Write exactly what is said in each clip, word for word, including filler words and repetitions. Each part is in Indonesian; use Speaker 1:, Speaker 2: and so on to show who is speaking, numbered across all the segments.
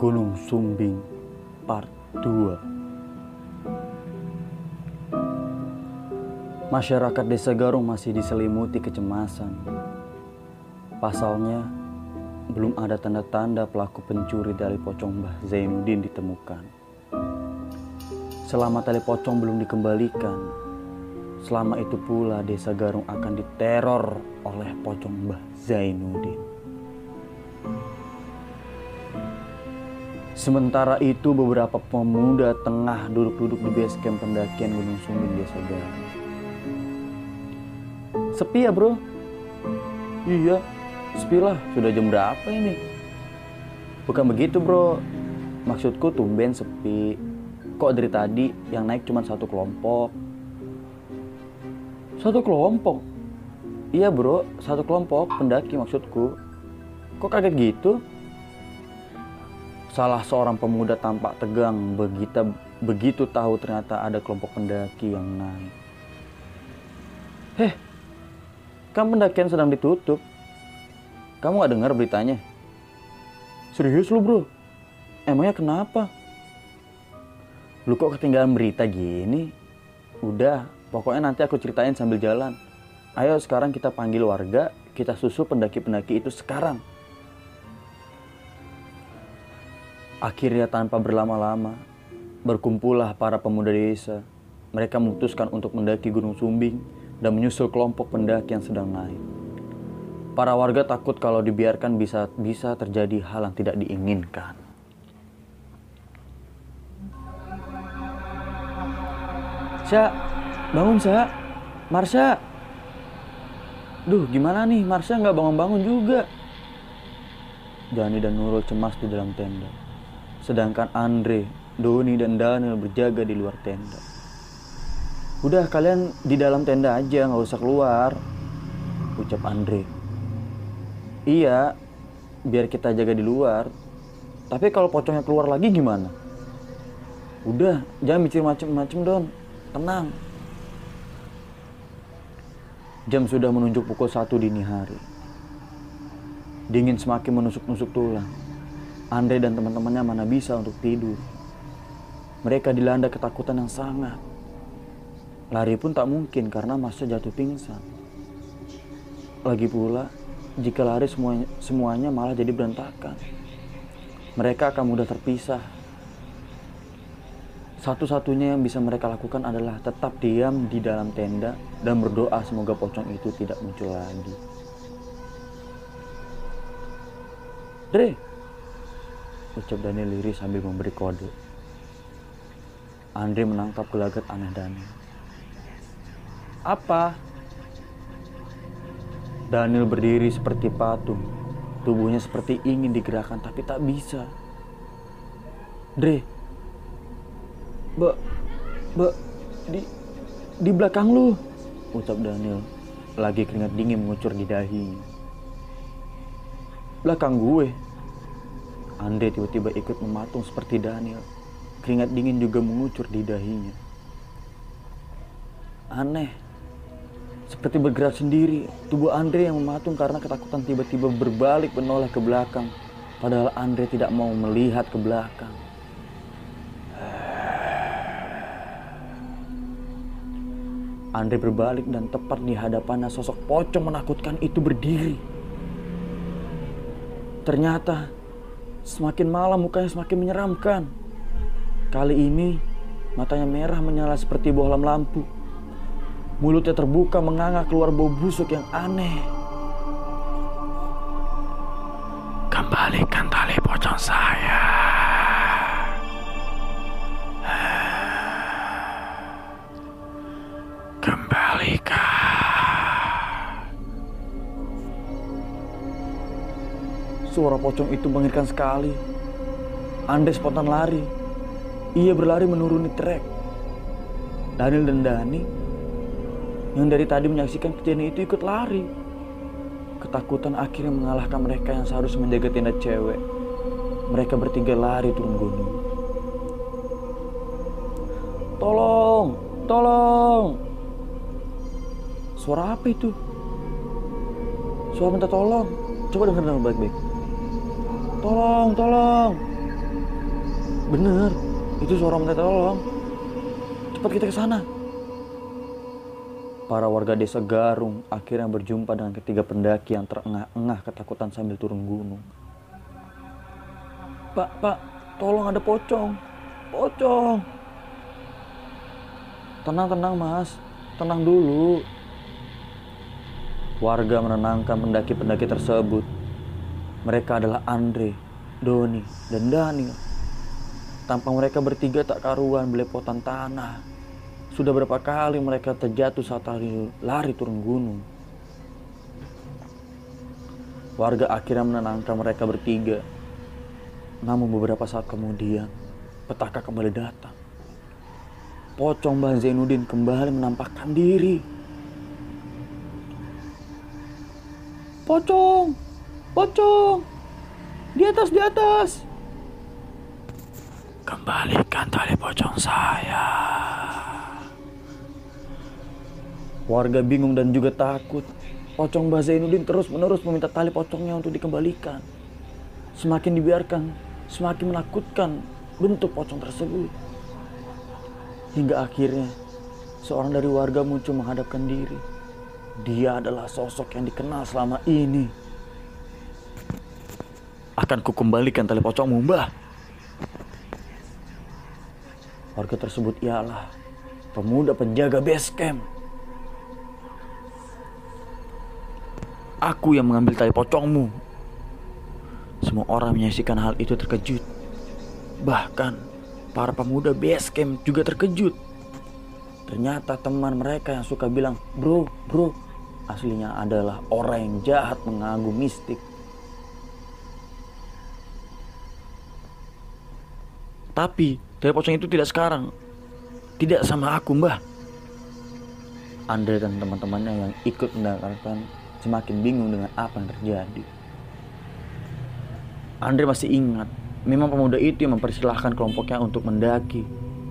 Speaker 1: Gunung Sumbing Part dua. Masyarakat Desa Garung masih diselimuti kecemasan. Pasalnya, belum ada tanda-tanda pelaku pencuri tali pocong Mbah Zainuddin ditemukan. Selama tali pocong belum dikembalikan, selama itu pula Desa Garung akan diteror oleh pocong Mbah Zainuddin. Sementara itu beberapa pemuda tengah duduk-duduk di base camp pendakian Gunung Sumbing Desa Garung. Sepi ya bro? Iya, sepi lah. Sudah jam berapa ini? Bukan begitu bro. Maksudku tumben sepi. Kok dari tadi yang naik cuma satu kelompok? Satu kelompok? Iya bro, satu kelompok pendaki maksudku. Kok kaget gitu? Salah seorang pemuda tampak tegang begitu, begitu tahu ternyata ada kelompok pendaki yang naik. Heh, kan pendakian sedang ditutup. Kamu gak dengar beritanya? Serius lu bro? Emangnya kenapa? Lu kok ketinggalan berita gini? Udah, pokoknya nanti aku ceritain sambil jalan. Ayo sekarang kita panggil warga, kita susul pendaki-pendaki itu sekarang. Akhirnya tanpa berlama-lama, berkumpullah para pemuda desa. Mereka memutuskan untuk mendaki Gunung Sumbing dan menyusul kelompok pendaki yang sedang naik. Para warga takut kalau dibiarkan bisa bisa terjadi hal yang tidak diinginkan. Sya, bangun Sya. Marsha. Duh, gimana nih? Marsha nggak bangun-bangun juga. Dani dan Nurul cemas di dalam tenda. Sedangkan Andre, Doni, dan Daniel berjaga di luar tenda. Udah kalian di dalam tenda aja, nggak usah keluar, ucap Andre. Iya, biar kita jaga di luar. Tapi kalau pocongnya keluar lagi gimana? Udah, jangan mikir macem-macem Don, tenang. Jam sudah menunjuk pukul satu dini hari. Dingin semakin menusuk-nusuk tulang. Andre dan teman-temannya mana bisa untuk tidur. Mereka dilanda ketakutan yang sangat. Lari pun tak mungkin karena Marsha jatuh pingsan. Lagi pula, jika lari semuanya, semuanya malah jadi berantakan. Mereka akan mudah terpisah. Satu-satunya yang bisa mereka lakukan adalah tetap diam di dalam tenda dan berdoa semoga pocong itu tidak muncul lagi. Dre, ucap Daniel lirih sambil memberi kode. Andre menangkap gelagat aneh Daniel. Apa? Daniel berdiri seperti patung. Tubuhnya seperti ingin digerakkan tapi tak bisa. Dre, Ba, ba, di, di belakang lu, ucap Daniel. Lagi keringat dingin mengucur di dahinya. Belakang gue? Andre tiba-tiba ikut mematung seperti Daniel. Keringat dingin juga mengucur di dahinya. Aneh. Seperti bergerak sendiri. Tubuh Andre yang mematung karena ketakutan tiba-tiba berbalik menoleh ke belakang. Padahal Andre tidak mau melihat ke belakang. Andre berbalik dan tepat di hadapannya sosok pocong menakutkan itu berdiri. Ternyata semakin malam mukanya semakin menyeramkan. Kali ini matanya merah menyala seperti bohlam lampu. Mulutnya terbuka menganga keluar bau busuk yang aneh. Kembalikan tali pocong saya. Kembalikan. Suara pocong itu mengerikan sekali. Andre spontan lari. Ia berlari menuruni trek. Daniel dan Dani yang dari tadi menyaksikan kejadian itu ikut lari. Ketakutan akhirnya mengalahkan mereka yang seharusnya menjaga tenda cewek. Mereka bertiga lari turun gunung. Tolong, tolong. Suara apa itu? Suara minta tolong. Coba dengar dengan baik-baik. Tolong, tolong. Bener, itu suara minta tolong. Cepat kita ke sana. Para warga desa Garung akhirnya berjumpa dengan ketiga pendaki yang terengah-engah ketakutan sambil turun gunung. Pak, pak, tolong ada pocong. Pocong. Tenang, tenang mas. Tenang dulu. Warga menenangkan pendaki-pendaki tersebut. Mereka adalah Andre, Doni, dan Daniel. Tampang mereka bertiga tak karuan belepotan tanah. Sudah berapa kali mereka terjatuh saat lari, lari turun gunung. Warga akhirnya menenangkan mereka bertiga. Namun beberapa saat kemudian, petaka kembali datang. Pocong Mbah Zainuddin kembali menampakkan diri. Pocong! Pocong! Di atas, di atas! Kembalikan tali pocong saya. Warga bingung dan juga takut. Pocong Mbah Zainuddin terus-menerus meminta tali pocongnya untuk dikembalikan. Semakin dibiarkan, semakin menakutkan bentuk pocong tersebut. Hingga akhirnya, seorang dari warga muncul menghadapkan diri. Dia adalah sosok yang dikenal selama ini. Akan kukembalikan tali pocongmu, Mbah. Warga tersebut ialah pemuda penjaga base camp. Aku yang mengambil tali pocongmu. Semua orang menyaksikan hal itu terkejut. Bahkan para pemuda base camp juga terkejut. Ternyata teman mereka yang suka bilang bro, bro, aslinya adalah orang yang jahat mengganggu mistik. Tapi tali pocong itu tidak sekarang. Tidak sama aku, Mbah. Andre dan teman-temannya yang ikut mendengarkan semakin bingung dengan apa yang terjadi. Andre masih ingat, memang pemuda itu yang mempersilahkan kelompoknya untuk mendaki.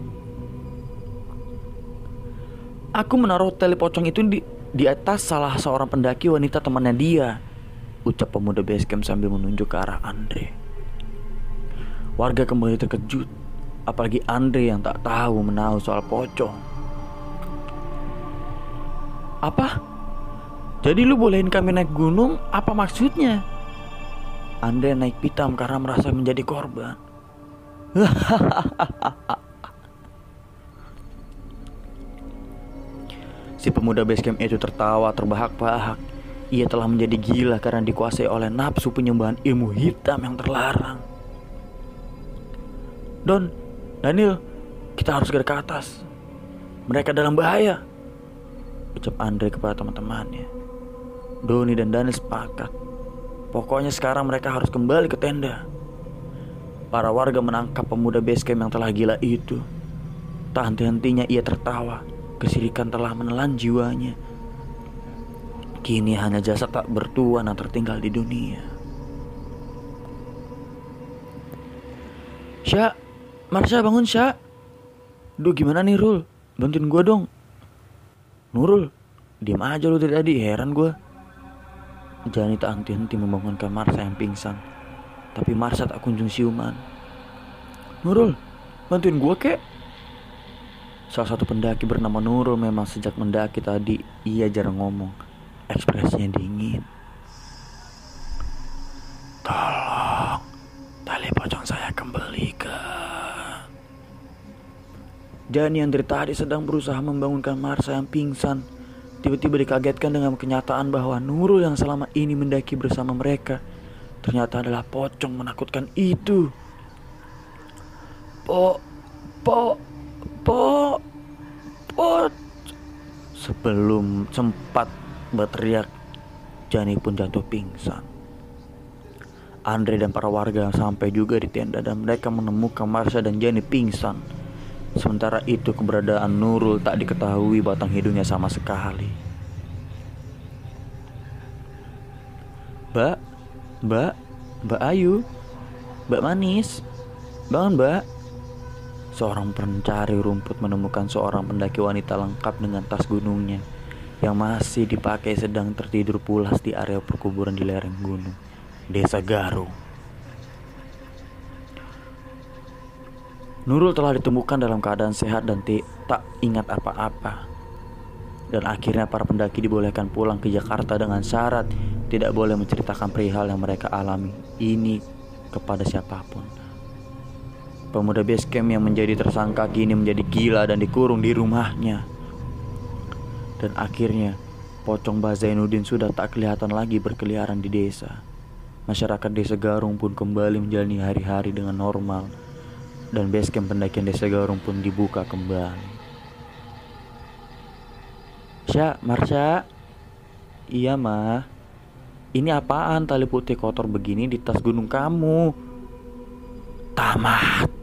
Speaker 1: Aku menaruh tali pocong itu di, di atas salah seorang pendaki wanita temannya dia, ucap pemuda basecamp sambil menunjuk ke arah Andre. Warga kembali terkejut, apalagi Andre yang tak tahu menahu soal pocong. Apa? Jadi lu bolehin kami naik gunung, apa maksudnya? Andre naik pitam karena merasa menjadi korban. Si pemuda basecamp itu tertawa terbahak-bahak. Ia telah menjadi gila karena dikuasai oleh nafsu penyembahan ilmu hitam yang terlarang. Don, Daniel, kita harus segera ke atas. Mereka dalam bahaya, ucap Andre kepada teman-temannya. Doni dan Daniel sepakat. Pokoknya sekarang mereka harus kembali ke tenda. Para warga menangkap pemuda basecamp yang telah gila itu. Tak henti-hentinya ia tertawa. Kesirikan telah menelan jiwanya. Kini hanya jasad tak bertuan yang tertinggal di dunia. Sya, Marsha bangun Sya. Duh gimana nih Rul, bantuin gue dong. Nurul, diam aja lu dari tadi, heran gue. Jani tak henti-henti membangunkan Marsha yang pingsan. Tapi Marsha tak kunjung siuman. Nurul, bantuin gue kek. Salah satu pendaki bernama Nurul memang sejak mendaki tadi ia jarang ngomong. Ekspresinya dingin. Tolong, tali pocong saya kembalikan. Jani yang dari tadi sedang berusaha membangunkan Marsha yang pingsan, tiba-tiba dikagetkan dengan kenyataan bahwa Nurul yang selama ini mendaki bersama mereka ternyata adalah pocong menakutkan itu. Po, po, po, po. Sebelum sempat berteriak, Jani pun jatuh pingsan. Andre dan para warga sampai juga di tenda dan mereka menemukan Marsha dan Jani pingsan. Sementara itu keberadaan Nurul tak diketahui batang hidungnya sama sekali. Mbak, Mbak, Mbak Ayu, Mbak Manis, bangun Mbak. Seorang pencari rumput menemukan seorang pendaki wanita lengkap dengan tas gunungnya yang masih dipakai sedang tertidur pulas di area perkuburan di lereng gunung Desa Garung. Nurul telah ditemukan dalam keadaan sehat dan ti- tak ingat apa-apa. Dan akhirnya para pendaki dibolehkan pulang ke Jakarta dengan syarat tidak boleh menceritakan perihal yang mereka alami ini kepada siapapun. Pemuda basecamp yang menjadi tersangka kini menjadi gila dan dikurung di rumahnya. Dan akhirnya pocong Mbah Zainuddin sudah tak kelihatan lagi berkeliaran di desa. Masyarakat desa Garung pun kembali menjalani hari-hari dengan normal. Dan basecamp pendakian desa Garung pun dibuka kembali. Sya, Marsha. Iya, mah. Ini apaan tali putih kotor begini di tas gunung kamu? Tamat.